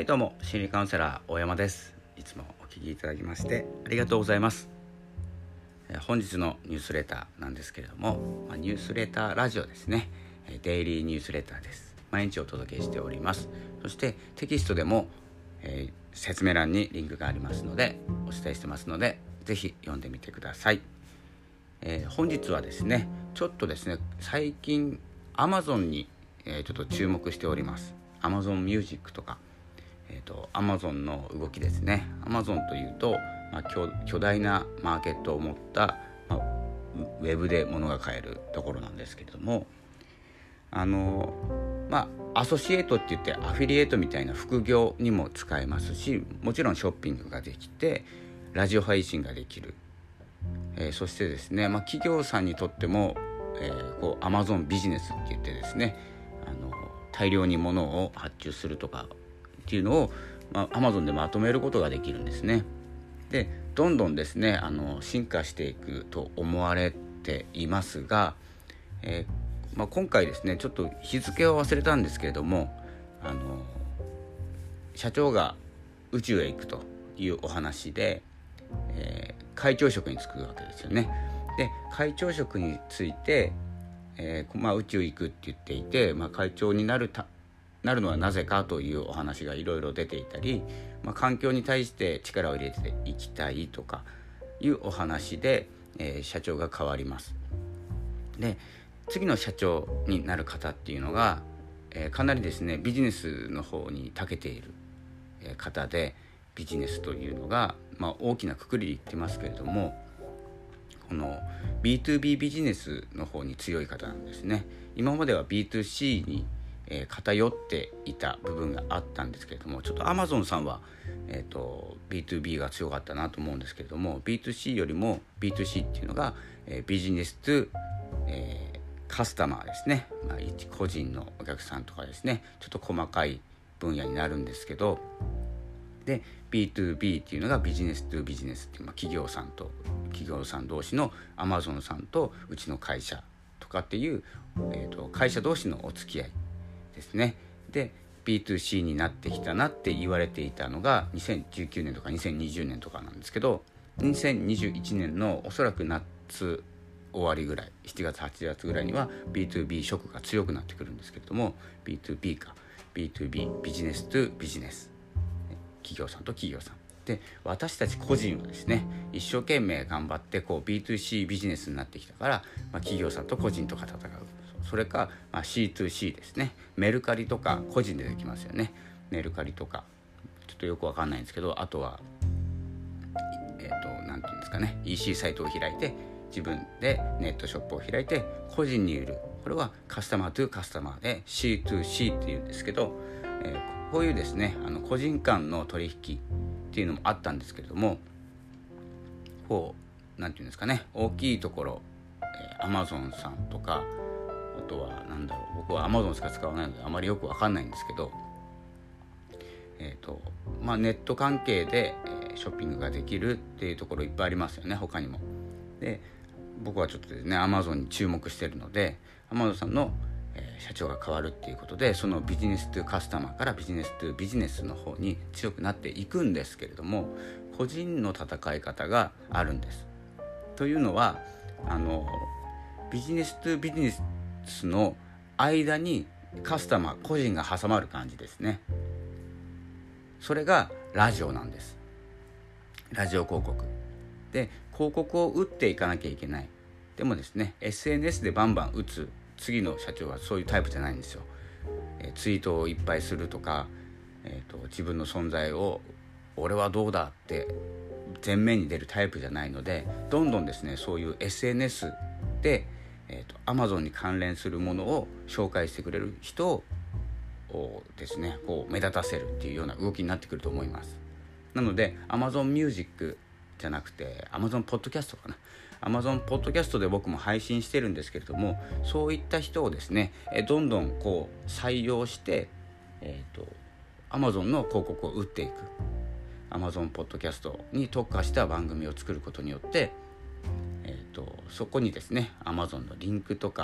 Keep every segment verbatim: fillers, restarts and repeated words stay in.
はいどうも、心理カウンセラー大山です。いつもお聞きいただきましてありがとうございます。えー本日のニュースレターなんですけれども、まあ、ニュースレターラジオですね。えーデイリーニュースレターです。毎日お届けしております。そしてテキストでも、えー説明欄にリンクがありますのでお伝えしてますので、ぜひ読んでみてください。えー本日はですね、ちょっとですね、最近 Amazon に、えーちょっと注目しております。 Amazon Music とか、えーと、Amazon の動きですね。 Amazon というと、まあ、巨, 巨大なマーケットを持った、まあ、ウェブで物が買えるところなんですけれども、あのまあアソシエイトって言ってアフィリエイトみたいな副業にも使えますし、もちろんショッピングができてラジオ配信ができる、えー、そしてですね、まあ、企業さんにとっても、えー、こう Amazon ビジネスって言ってですね、あの大量に物を発注するとかっていうのを、まあ、Amazon でまとめることができるんですね。でどんどんですね、あの進化していくと思われていますが、えーまあ、今回ですね、ちょっと日付を忘れたんですけれども、あの社長が宇宙へ行くというお話で、えー会長職に就くわけですよね。で会長職について、えーまあ、宇宙行くって言っていて、まあ、会長になるたなるのはなぜかというお話がいろいろ出ていたり、まあ、環境に対して力を入れていきたいとかいうお話で、えー社長が変わります。で次の社長になる方っていうのが、えーかなりですねビジネスの方に長けているえー方で、ビジネスというのが、まあ、大きな括りで言ってますけれども、この ビーツービー ビジネスの方に強い方なんですね。今までは ビーツーシー に、えー偏っていた部分があったんですけれども、ちょっと Amazon さんは、えーと、ビーツービー が強かったなと思うんですけれども、 ビーツーシー よりも ビーツーシー っていうのが、えービジネスと、えーカスタマーですね、まあ、一個人のお客さんとかですね、ちょっと細かい分野になるんですけど、で ビーツービー っていうのがビジネスとビジネスっていう、まあ、企業さんと企業さん同士の Amazon さんとうちの会社とかっていう、えーと、会社同士のお付き合いですね。で ビーツーシー になってきたなって言われていたのがにせんじゅうきゅうねんとかにせんにじゅうねんとかなんですけど、にせんにじゅういちねんのおそらく夏終わりぐらい、しちがつはちがつぐらいには ビーツービー 色が強くなってくるんですけれども、 ビーツービー か ビーツービー ビジネスとビジネス、企業さんと企業さんで、私たち個人はですね、一生懸命頑張ってこう ビーツーシー ビジネスになってきたから、まあ、企業さんと個人とか戦う。それか、まあ、シーツーシー ですね。メルカリとか個人でできますよね。メルカリとかちょっとよくわかんないんですけど、あとはえっとなんていうんですかね、 イーシー サイトを開いて自分でネットショップを開いて個人に売る。これはカスタマートゥカスタマーで シーツーシー っていうんですけど、えーこういうですね、あの個人間の取引っていうのもあったんですけれども、こうなんていうんですかね、大きいところ、えー、Amazon さんとか、あとはなんだろう、僕は Amazon しか使わないのであまりよくわかんないんですけど、えーとまあ、ネット関係で、えーショッピングができるっていうところいっぱいありますよね、他にも。で僕はちょっとですね Amazon に注目しているので、 Amazon さんの、えー社長が変わるっていうことで、そのビジネストゥカスタマーからビジネストゥビジネスの方に強くなっていくんですけれども、個人の戦い方があるんです。というのは、あのビジネストゥビジネスの間にカスタマー個人が挟まる感じですね。それがラジオなんです。ラジオ広告で広告を打っていかなきゃいけない。でもですね、 エスエヌエス でバンバン打つ次の社長はそういうタイプじゃないんですよ。えーツイートをいっぱいするとか、えーと自分の存在を俺はどうだって前面に出るタイプじゃないので、どんどんですね、そういう エスエヌエス で、えーと Amazon に関連するものを紹介してくれる人をですね、こう目立たせるっていうような動きになってくると思います。なので Amazon Music じゃなくて Amazon Podcast かな、 Amazon Podcast で僕も配信してるんですけれども、そういった人をですね、えどんどんこう採用して、えーと Amazon の広告を打っていく。 Amazon Podcast に特化した番組を作ることによって、えーとそこにですね Amazon のリンクとか、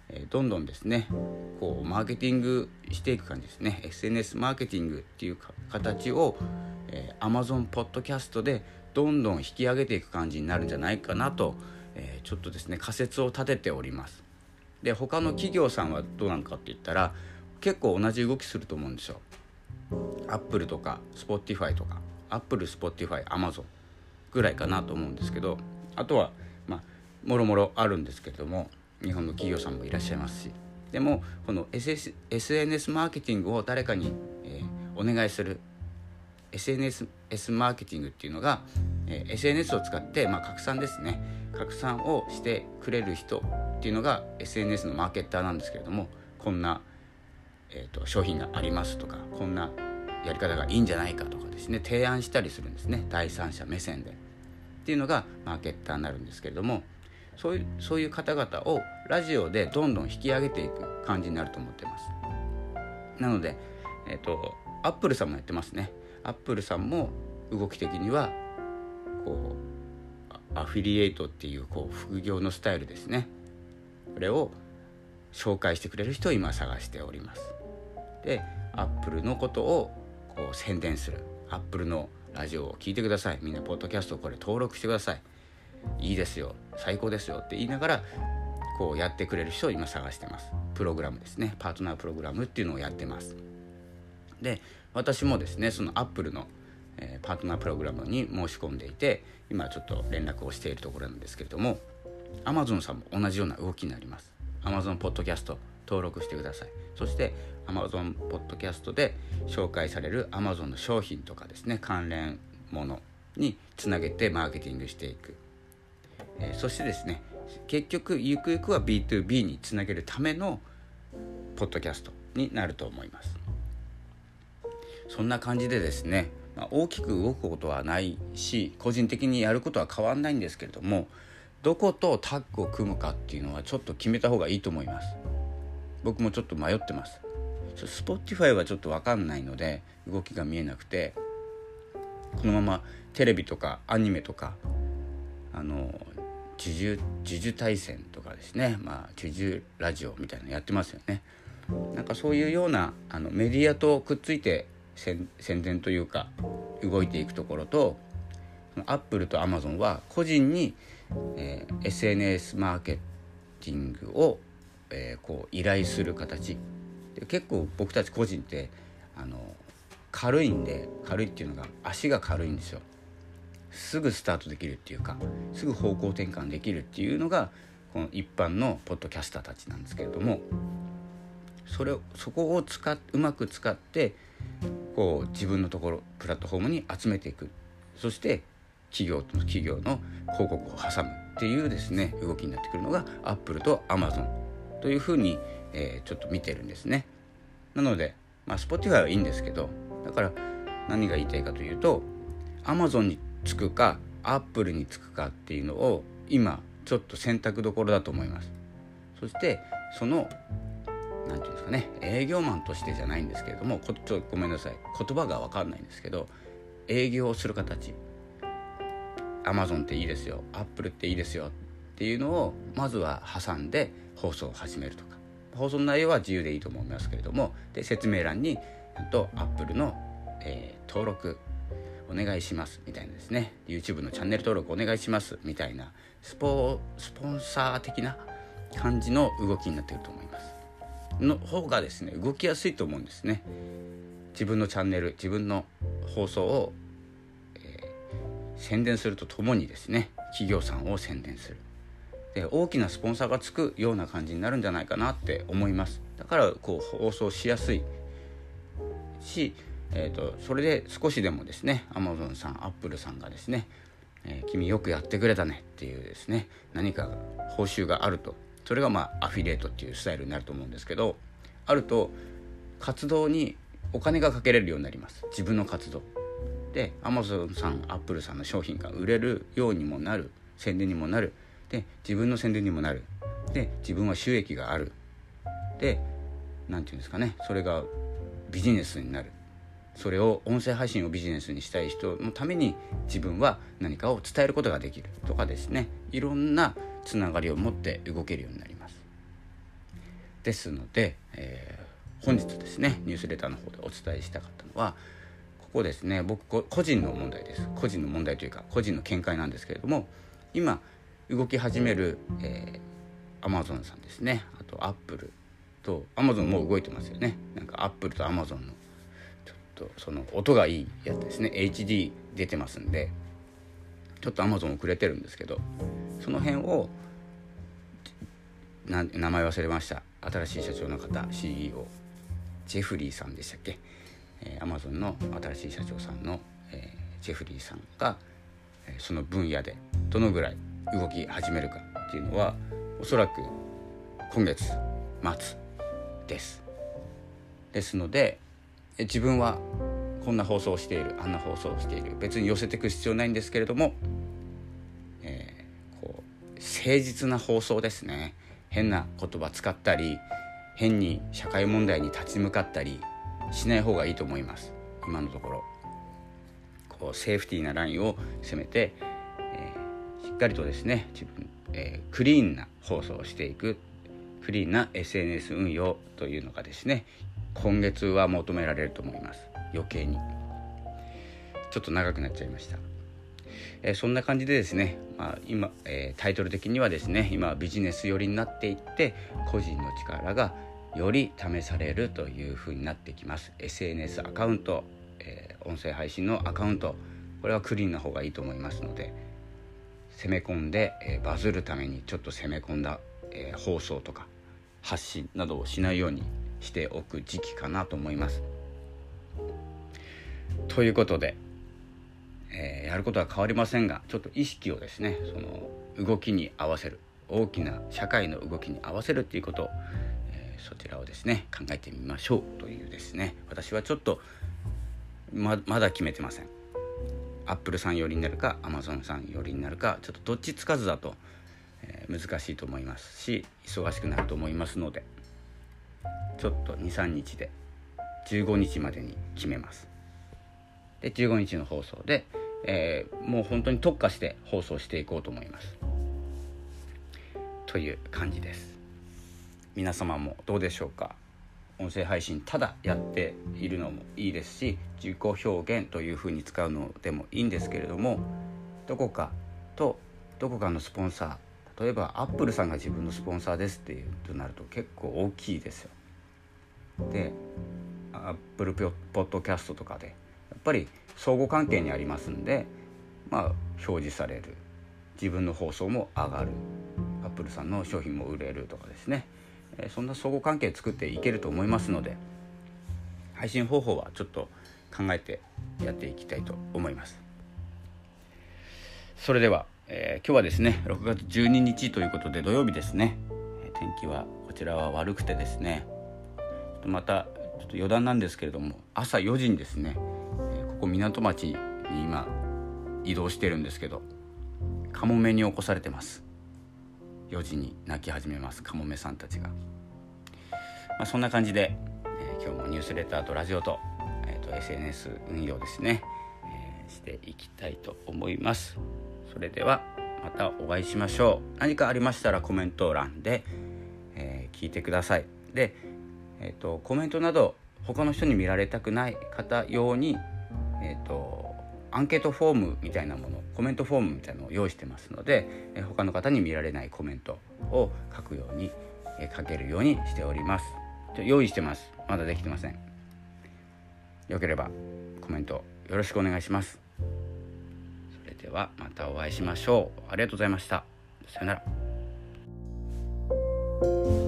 えー、どんどんですねこうマーケティングしていく感じですね。 エスエヌエス マーケティングっていう形を、えー、Amazon ポッドキャストでどんどん引き上げていく感じになるんじゃないかなと、えー、ちょっとですね仮説を立てております。で他の企業さんはどうなのかって言ったら結構同じ動きすると思うんですよ。Apple とか Spotify とか Apple、Spotify、Amazon ぐらいかなと思うんですけど、あとはまあもろもろあるんですけれども、日本の企業さんもいらっしゃいますし、でもこの エスエヌエス マーケティングを誰かに、えー、お願いする エスエヌエス マーケティングっていうのが、えー、エスエヌエス を使って、まあ、拡散ですね拡散をしてくれる人っていうのが エスエヌエス のマーケッターなんですけれども、こんな、えーと、商品がありますとかこんなやり方がいいんじゃないかとかですね提案したりするんですね。第三者目線でっていうのがマーケッターになるんですけれども、そういう、そういう方々をラジオでどんどん引き上げていく感じになると思ってます。なので、えーと、アップルさんもやってますね。アップルさんも動き的にはこうアフィリエイトっていう、こう副業のスタイルですね。これを紹介してくれる人を今探しております。で、アップルのことをこう宣伝する。アップルのラジオを聞いてください。みんなポッドキャストこれ登録してください。いいですよ、最高ですよって言いながらこうやってくれる人を今探してます。プログラムですね、パートナープログラムっていうのをやってます。で、私もですねそのアップルの、えー、パートナープログラムに申し込んでいて、今ちょっと連絡をしているところなんですけれども、 Amazon さんも同じような動きになります。 Amazon ポッドキャスト登録してください。そして Amazon ポッドキャストで紹介される Amazon の商品とかですね関連ものにつなげてマーケティングしていく。えー、そしてですね結局ゆくゆくは ビーツービー につなげるためのポッドキャストになると思います。そんな感じでですね、まあ、大きく動くことはないし個人的にやることは変わんないんですけれども、どことタッグを組むかっていうのはちょっと決めた方がいいと思います。僕もちょっと迷ってます。 Spotify はちょっと分かんないので動きが見えなくて、このままテレビとかアニメとかあの呪術呪術対戦とかですね、まあ呪術ラジオみたいなのやってますよね。なんかそういうようなあのメディアとくっついて宣伝というか動いていくところと、アップルとアマゾンは個人に、えー、エスエヌエス マーケティングを、えー、こう依頼する形で、結構僕たち個人ってあの軽いんで、軽いっていうのが足が軽いんですよ。すぐスタートできるっていうか、すぐ方向転換できるっていうのがこの一般のポッドキャスターたちなんですけれども、それをそこを使っうまく使ってこう自分のところプラットフォームに集めていく。そして企業と企業の広告を挟むっていうですね動きになってくるのがアップルとアマゾンというふうに、えー、ちょっと見てるんですね。なので、まあ、Spotify はいいんですけど、だから何が言いたいかというと、アマゾンにつくかアップルにつくかっていうのを今ちょっと選択どころだと思います。そしてそのなんていうんですかね、営業マンとしてじゃないんですけれども、こちょごめんなさい言葉が分かんないんですけど、営業をする形、アマゾンっていいですよ、アップルっていいですよっていうのをまずは挟んで放送を始めるとか、放送の内容は自由でいいと思いますけれども、で説明欄にとアップルの、えー、登録お願いしますみたいなですね、 YouTube のチャンネル登録お願いしますみたいなスポ、スポンサー的な感じの動きになっていると思いますの方がですね動きやすいと思うんですね。自分のチャンネル、自分の放送を、えー、宣伝するとともにですね企業さんを宣伝する、で大きなスポンサーがつくような感じになるんじゃないかなって思います。だからこう放送しやすいし、えーと、それで少しでもですね Amazon さん、Apple さんがですね、えー、君よくやってくれたねっていうですね何か報酬があると、それがまあアフィリエイトっていうスタイルになると思うんですけど、あると活動にお金がかけれるようになります。自分の活動で Amazon さん、Apple さんの商品が売れるようにもなる、宣伝にもなる、で自分の宣伝にもなる、で自分は収益がある、でなんていうんですかね、それがビジネスになる。それを音声配信をビジネスにしたい人のために自分は何かを伝えることができるとかですね、いろんなつながりを持って動けるようになります。 ですので、えー、本日ですねニュースレターの方でお伝えしたかったのはここですね。僕個人の問題です。個人の問題というか個人の見解なんですけれども、今動き始める、えー、Amazon さんですね、あと Apple と Amazon もう動いてますよね。なんか Apple と Amazon のちょっとその音がいいやつですね、 エイチディー 出てますんで、ちょっと Amazon 遅れてるんですけど、その辺をな名前忘れました。新しい社長の方 シーイーオー ジェフリーさんでしたっけ、えー、Amazon の新しい社長さんの、えー、ジェフリーさんが、えー、その分野でどのぐらい動き始めるかっていうのはおそらく今月末ですですので、え自分はこんな放送をしている、あんな放送をしている、別に寄せていく必要ないんですけれども、えー、こう誠実な放送ですね。変な言葉使ったり変に社会問題に立ち向かったりしない方がいいと思います。今のところこうセーフティーなラインを攻めて、えー、しっかりとですね自分、えー、クリーンな放送をしていく、クリーンな エスエヌエス 運用というのがですね今月は求められると思います。余計にちょっと長くなっちゃいました。えー、そんな感じでですね、まあ、今、えー、タイトル的にはですね今ビジネス寄りになっていって個人の力がより試されるという風になってきます。 エスエヌエス アカウント、えー、音声配信のアカウント、これはクリーンな方がいいと思いますので、攻め込んで、えー、バズるためにちょっと攻め込んだ、えー、放送とか発信などをしないようにしておく時期かなと思います。ということで、えー、やることは変わりませんが、ちょっと意識をですねその動きに合わせる、大きな社会の動きに合わせるっていうことを、えー、そちらをですね考えてみましょうというですね、私はちょっと ま, まだ決めてません。アップルさん寄りになるか Amazon さん寄りになるか、ちょっとどっちつかずだと、えー、難しいと思いますし忙しくなると思いますので、ちょっと にさんにちでじゅうごにちまでに決めます。でじゅうごにちの放送で、えー、もう本当に特化して放送していこうと思いますという感じです。皆様もどうでしょうか。音声配信ただやっているのもいいですし、自己表現というふうに使うのでもいいんですけれども、どこかとどこかのスポンサー、例えばアップルさんが自分のスポンサーですっていうとなると結構大きいですよ。でアップルポッドキャストとかでやっぱり相互関係にありますんで、まあ表示される、自分の放送も上がる、アップルさんの商品も売れるとかですね、えー、そんな相互関係作っていけると思いますので、配信方法はちょっと考えてやっていきたいと思います。それでは、えー、今日はですねろくがつじゅうににちということで土曜日ですね。天気はこちらは悪くてですね、またちょっと余談なんですけれども、朝よじにですね、ここ港町に今移動してるんですけど、カモメに起こされてます。よじに鳴き始めます、カモメさんたちが。まあ、そんな感じで、えー、今日もニュースレターとラジオと、えー、と エスエヌエス 運用ですね、えー、していきたいと思います。それではまたお会いしましょう。何かありましたらコメント欄で、えー、聞いてください。で、えー、とコメントなど他の人に見られたくない方用にえーと、アンケートフォームみたいなもの、コメントフォームみたいなのを用意してますので、えー、他の方に見られないコメントを書くように、えー、書けるようにしております。用意してます。まだできてません。よければコメントよろしくお願いします。それではまたお会いしましょう。ありがとうございました。さよなら。